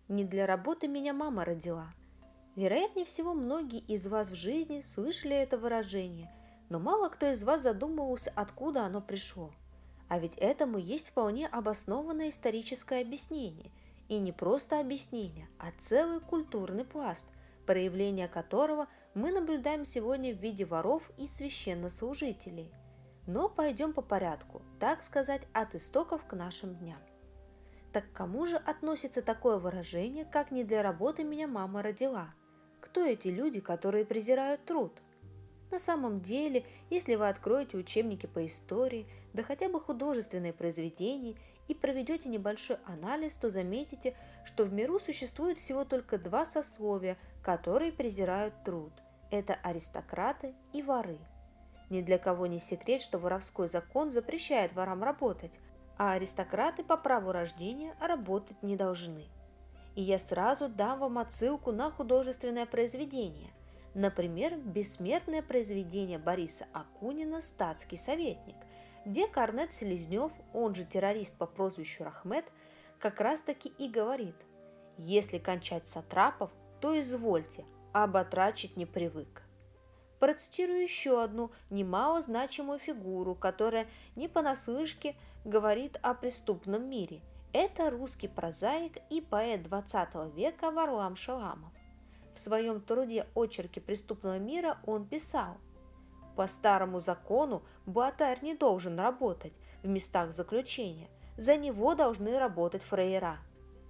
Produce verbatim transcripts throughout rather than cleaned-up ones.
Не для работы меня мама родила. Вероятнее всего, многие из вас в жизни слышали это выражение, но мало кто из вас задумывался, откуда оно пришло. А ведь этому есть вполне обоснованное историческое объяснение. И не просто объяснение, а целый культурный пласт, проявление которого мы наблюдаем сегодня в виде воров и священнослужителей. Но пойдем по порядку, так сказать, от истоков к нашим дням. Так к кому же относится такое выражение, как «не для работы меня мама родила»? Кто эти люди, которые презирают труд? На самом деле, если вы откроете учебники по истории, да хотя бы художественные произведения и проведете небольшой анализ, то заметите, что в миру существует всего только два сословия, которые презирают труд. Это аристократы и воры. Ни для кого не секрет, что воровской закон запрещает ворам работать, а аристократы по праву рождения работать не должны. И я сразу дам вам отсылку на художественное произведение. Например, бессмертное произведение Бориса Акунина «Статский советник», где Корнет Селезнев, он же террорист по прозвищу Рахмет, как раз таки и говорит: «Если кончать сатрапов, то извольте, а батрачить не привык». Процитирую еще одну немалозначимую фигуру, которая не понаслышке говорит о преступном мире. Это русский прозаик и поэт двадцатого века Варлам Шаламов. В своем труде «Очерки преступного мира» он писал: «По старому закону блатарь не должен работать в местах заключения, за него должны работать фраера».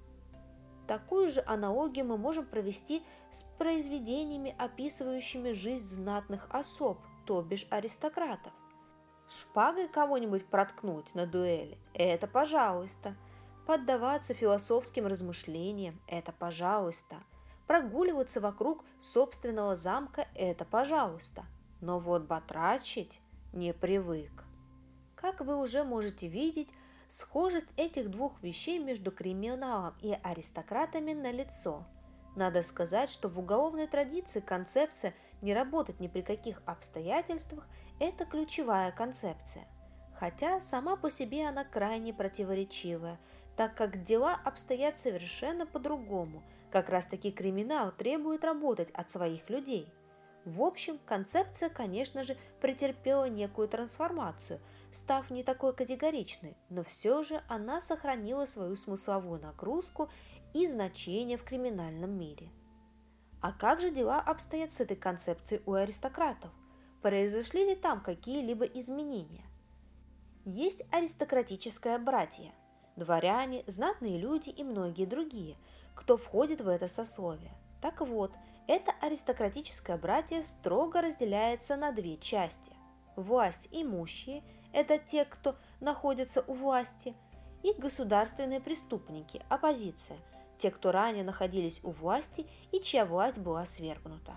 Такую же аналогию мы можем провести с произведениями, описывающими жизнь знатных особ, то бишь аристократов. Шпагой кого-нибудь проткнуть на дуэли – это пожалуйста. Поддаваться философским размышлениям – это пожалуйста. Прогуливаться вокруг собственного замка – это пожалуйста. Но вот батрачить не привык. Как вы уже можете видеть, схожесть этих двух вещей между криминалом и аристократами налицо. Надо сказать, что в уголовной традиции концепция «не работать ни при каких обстоятельствах» – это ключевая концепция. Хотя сама по себе она крайне противоречивая, так как дела обстоят совершенно по-другому, как раз таки криминал требует работать от своих людей. В общем, концепция, конечно же, претерпела некую трансформацию, став не такой категоричной, но все же она сохранила свою смысловую нагрузку и значение в криминальном мире. А как же дела обстоят с этой концепцией у аристократов? Произошли ли там какие-либо изменения? Есть аристократическое братье, дворяне, знатные люди и многие другие, кто входит в это сословие. Так вот, это аристократическое братье строго разделяется на две части. Власть имущие – это те, кто находится у власти, и государственные преступники – оппозиция, те, кто ранее находились у власти и чья власть была свергнута.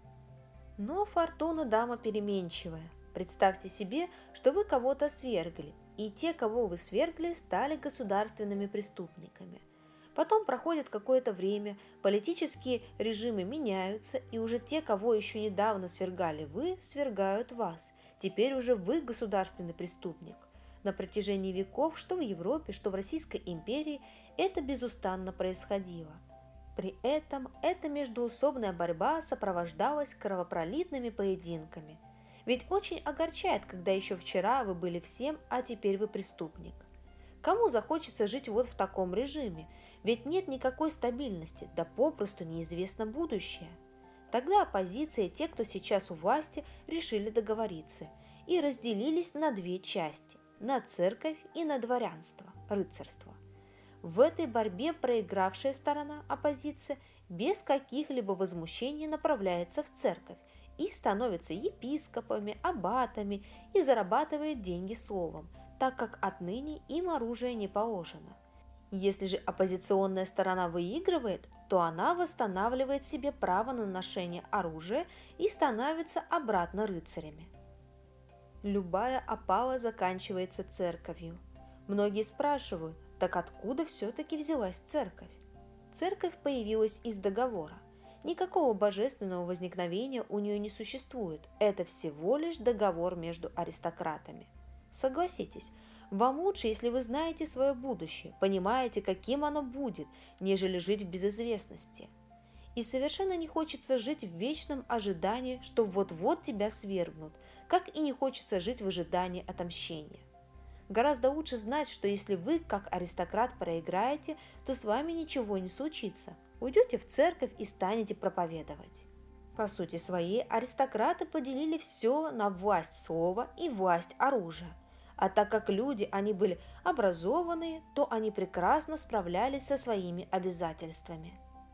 Но фортуна дама переменчивая. Представьте себе, что вы кого-то свергли, и те, кого вы свергли, стали государственными преступниками. Потом проходит какое-то время, политические режимы меняются, и уже те, кого еще недавно свергали вы, свергают вас. Теперь уже вы государственный преступник. На протяжении веков, что в Европе, что в Российской империи, это безустанно происходило. При этом эта междоусобная борьба сопровождалась кровопролитными поединками. Ведь очень огорчает, когда еще вчера вы были всем, а теперь вы преступник. Кому захочется жить вот в таком режиме? Ведь нет никакой стабильности, да попросту неизвестно будущее. Тогда оппозиция и те, кто сейчас у власти, решили договориться и разделились на две части – на церковь и на дворянство, рыцарство. В этой борьбе проигравшая сторона, оппозиция, без каких-либо возмущений направляется в церковь и становится епископами, аббатами и зарабатывает деньги словом, так как отныне им оружие не положено. Если же оппозиционная сторона выигрывает, то она восстанавливает себе право на ношение оружия и становится обратно рыцарями. Любая опала заканчивается церковью. Многие спрашивают, так откуда все-таки взялась церковь? Церковь появилась из договора. Никакого божественного возникновения у нее не существует. Это всего лишь договор между аристократами. Согласитесь, Вам лучше, если вы знаете свое будущее, понимаете, каким оно будет, нежели жить в безызвестности. И совершенно не хочется жить в вечном ожидании, что вот-вот тебя свергнут, как и не хочется жить в ожидании отомщения. Гораздо лучше знать, что если вы, как аристократ, проиграете, то с вами ничего не случится. Уйдете в церковь и станете проповедовать. По сути своей, аристократы поделили все на власть слова и власть оружия. А так как люди, они были образованные, то они прекрасно справлялись со своими обязательствами.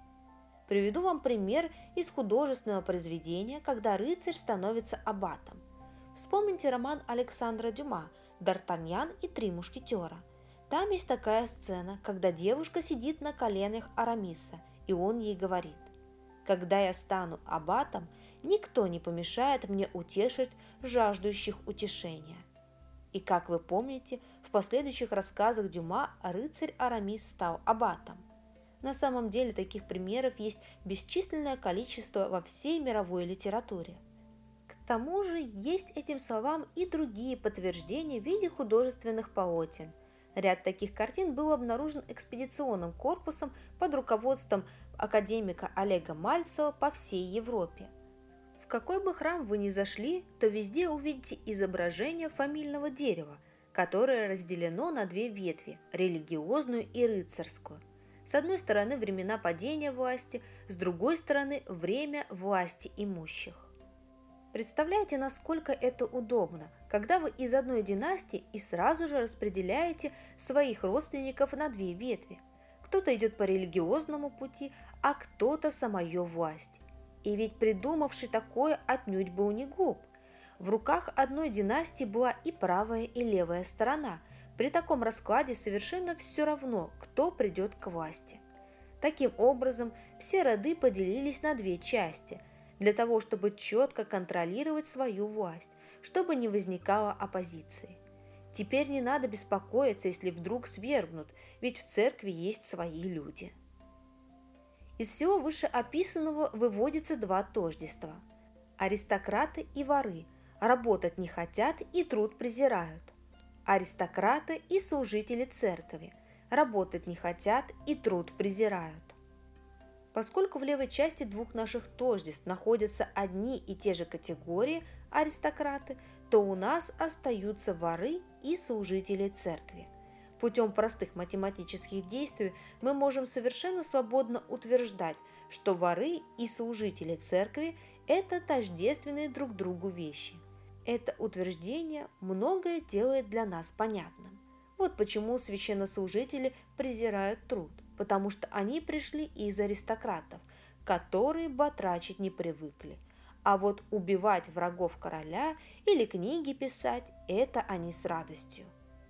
Приведу вам пример из художественного произведения, когда рыцарь становится аббатом. Вспомните роман Александра Дюма «Д'Артаньян и три мушкетера». Там есть такая сцена, когда девушка сидит на коленях Арамиса, и он ей говорит: «Когда я стану аббатом, никто не помешает мне утешить жаждущих утешения». И, как вы помните, в последующих рассказах Дюма рыцарь Арамис стал аббатом. На самом деле таких примеров есть бесчисленное количество во всей мировой литературе. К тому же есть этим словам и другие подтверждения в виде художественных полотен. Ряд таких картин был обнаружен экспедиционным корпусом под руководством академика Олега Мальцева по всей Европе. В какой бы храм вы ни зашли, то везде увидите изображение фамильного дерева, которое разделено на две ветви – религиозную и рыцарскую. С одной стороны времена падения власти, с другой стороны время власти имущих. Представляете, насколько это удобно, когда вы из одной династии и сразу же распределяете своих родственников на две ветви. Кто-то идет по религиозному пути, а кто-то самую власть. И ведь придумавший такое отнюдь был не глуп. В руках одной династии была и правая, и левая сторона. При таком раскладе совершенно все равно, кто придет к власти. Таким образом, все роды поделились на две части, для того, чтобы четко контролировать свою власть, чтобы не возникало оппозиции. Теперь не надо беспокоиться, если вдруг свергнут, ведь в церкви есть свои люди. Из всего вышеописанного выводится два тождества. Аристократы и воры работать не хотят и труд презирают. Аристократы и служители церкви работать не хотят и труд презирают. Поскольку в левой части двух наших тождеств находятся одни и те же категории аристократы, то у нас остаются воры и служители церкви. Путем простых математических действий мы можем совершенно свободно утверждать, что воры и служители церкви – это тождественные друг другу вещи. Это утверждение многое делает для нас понятным. Вот почему священнослужители презирают труд, потому что они пришли из аристократов, которые батрачить не привыкли. А вот убивать врагов короля или книги писать – это они с радостью.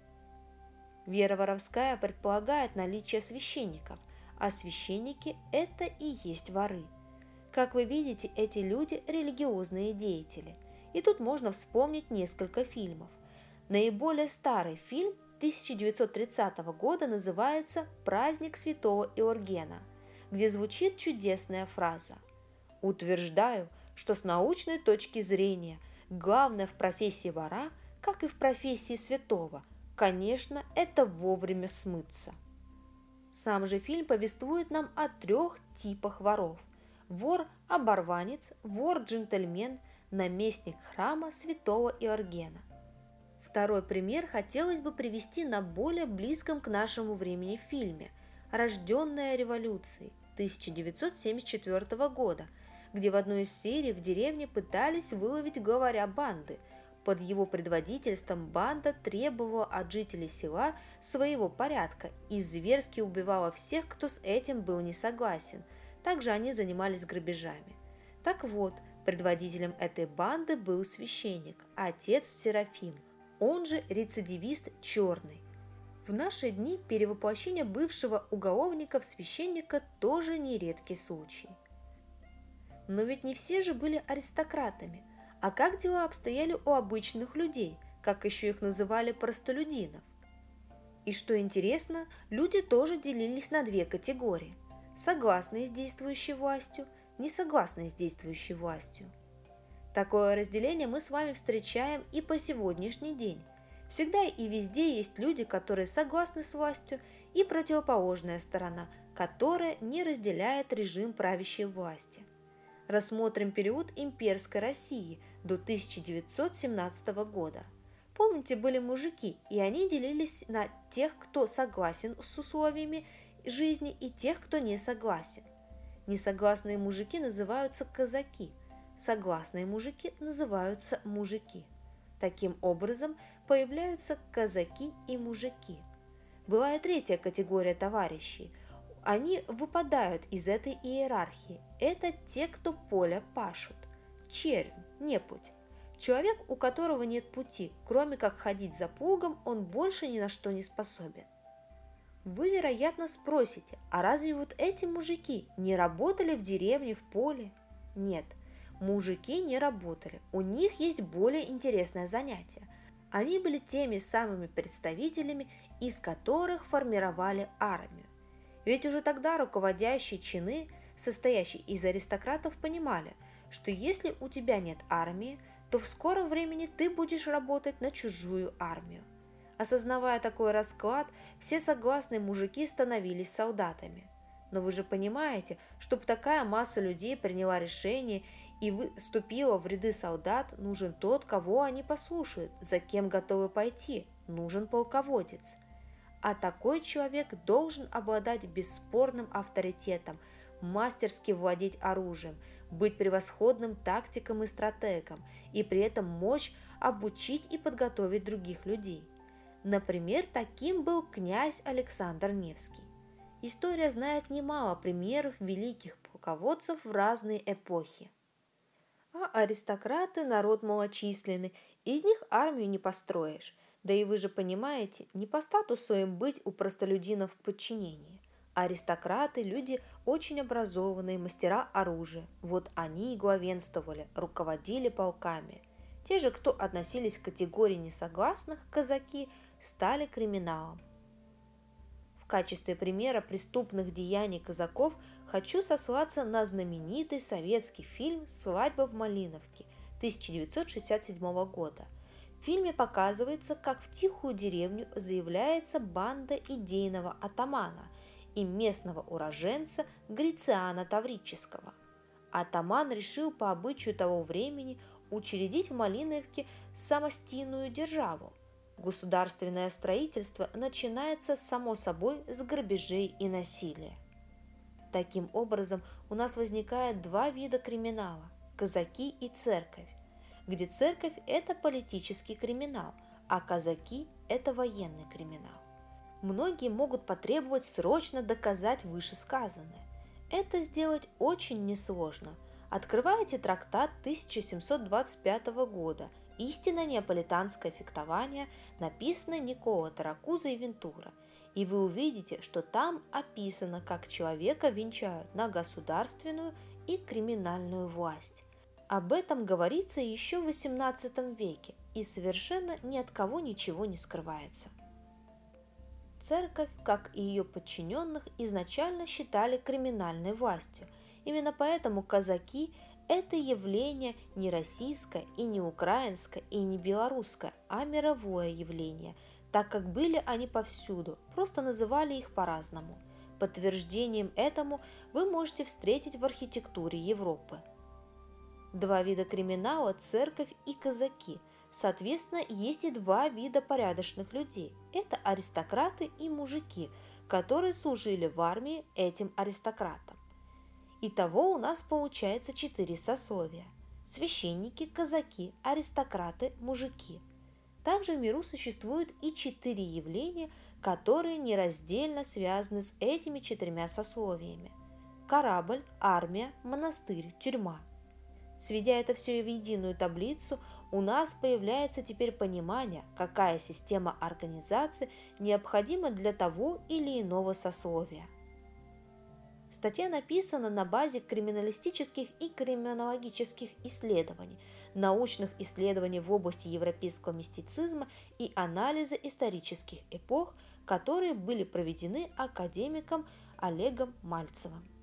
Вера воровская предполагает наличие священников, а священники – это и есть воры. Как вы видите, эти люди – религиозные деятели. И тут можно вспомнить несколько фильмов. Наиболее старый фильм тысяча девятьсот тридцатого года называется «Праздник святого Иоргена», где звучит чудесная фраза: «Утверждаю, что с научной точки зрения главное в профессии вора, как и в профессии святого, конечно, это вовремя смыться». Сам же фильм повествует нам о трех типах воров: вор-оборванец, вор-джентльмен, наместник храма святого Иоргена. Второй пример хотелось бы привести на более близком к нашему времени фильме «Рожденная революцией» тысяча девятьсот семьдесят четвёртого года, где в одной из серий в деревне пытались выловить главаря банды. Под его предводительством банда требовала от жителей села своего порядка и зверски убивала всех, кто с этим был не согласен. Также они занимались грабежами. Так вот, предводителем этой банды был священник, отец Серафим, он же рецидивист Черный. В наши дни перевоплощение бывшего уголовника в священника тоже нередкий случай. Но ведь не все же были аристократами. А как дела обстояли у обычных людей, как еще их называли простолюдинов? И что интересно, люди тоже делились на две категории: согласные с действующей властью, несогласные с действующей властью. Такое разделение мы с вами встречаем и по сегодняшний день. Всегда и везде есть люди, которые согласны с властью, и противоположная сторона, которая не разделяет режим правящей власти. Рассмотрим период имперской России до тысяча девятьсот семнадцатого года. Помните, были мужики, и они делились на тех, кто согласен с условиями жизни, и тех, кто не согласен. Несогласные мужики называются казаки, согласные мужики называются мужики. Таким образом, появляются казаки и мужики. Была и третья категория товарищей. Они выпадают из этой иерархии. Это те, кто поля пашут. Чернь, непуть. Человек, у которого нет пути, кроме как ходить за плугом, он больше ни на что не способен. Вы, вероятно, спросите, а разве вот эти мужики не работали в деревне, в поле? Нет, мужики не работали, у них есть более интересное занятие. Они были теми самыми представителями, из которых формировали армию. Ведь уже тогда руководящие чины, состоящие из аристократов, понимали, что если у тебя нет армии, то в скором времени ты будешь работать на чужую армию. Осознавая такой расклад, все согласные мужики становились солдатами. Но вы же понимаете, чтобы такая масса людей приняла решение и вступила в ряды солдат, нужен тот, кого они послушают, за кем готовы пойти, нужен полководец. А такой человек должен обладать бесспорным авторитетом, мастерски владеть оружием, быть превосходным тактиком и стратегом, и при этом мочь обучить и подготовить других людей. Например, таким был князь Александр Невский. История знает немало примеров великих полководцев в разные эпохи. А аристократы – народ малочисленный, из них армию не построишь. Да и вы же понимаете, не по статусу им быть у простолюдинов в подчинении. Аристократы – люди очень образованные, мастера оружия. Вот они и главенствовали, руководили полками. Те же, кто относились к категории несогласных, казаки, стали криминалом. В качестве примера преступных деяний казаков хочу сослаться на знаменитый советский фильм «Свадьба в Малиновке» тысяча девятьсот шестьдесят седьмого года. В фильме показывается, как в тихую деревню заявляется банда идейного атамана и местного уроженца Грициана Таврического. Атаман решил по обычаю того времени учредить в Малиновке самостийную державу. Государственное строительство начинается, само собой, с грабежей и насилия. Таким образом, у нас возникает два вида криминала – казаки и церковь, где церковь – это политический криминал, а казаки – это военный криминал. Многие могут потребовать срочно доказать вышесказанное. Это сделать очень несложно. Открываете трактат тысяча семьсот двадцать пятого года «Истинное неаполитанское фехтование», написанное Никколо Таракузо и Вентура, и вы увидите, что там описано, как человека венчают на государственную и криминальную власть. Об этом говорится еще в восемнадцатом веке, и совершенно ни от кого ничего не скрывается. Церковь, как и ее подчиненных, изначально считали криминальной властью. Именно поэтому казаки – это явление не российское и не украинское и не белорусское, а мировое явление, так как были они повсюду, просто называли их по-разному. Подтверждением этому вы можете встретить в архитектуре Европы. Два вида криминала – церковь и казаки. Соответственно, есть и два вида порядочных людей – это аристократы и мужики, которые служили в армии этим аристократам. Итого у нас получается четыре сословия – священники, казаки, аристократы, мужики. Также в миру существует и четыре явления, которые нераздельно связаны с этими четырьмя сословиями – корабль, армия, монастырь, тюрьма. Сведя это все в единую таблицу, у нас появляется теперь понимание, какая система организации необходима для того или иного сословия. Статья написана на базе криминалистических и криминологических исследований, научных исследований в области европейского мистицизма и анализа исторических эпох, которые были проведены академиком Олегом Мальцевым.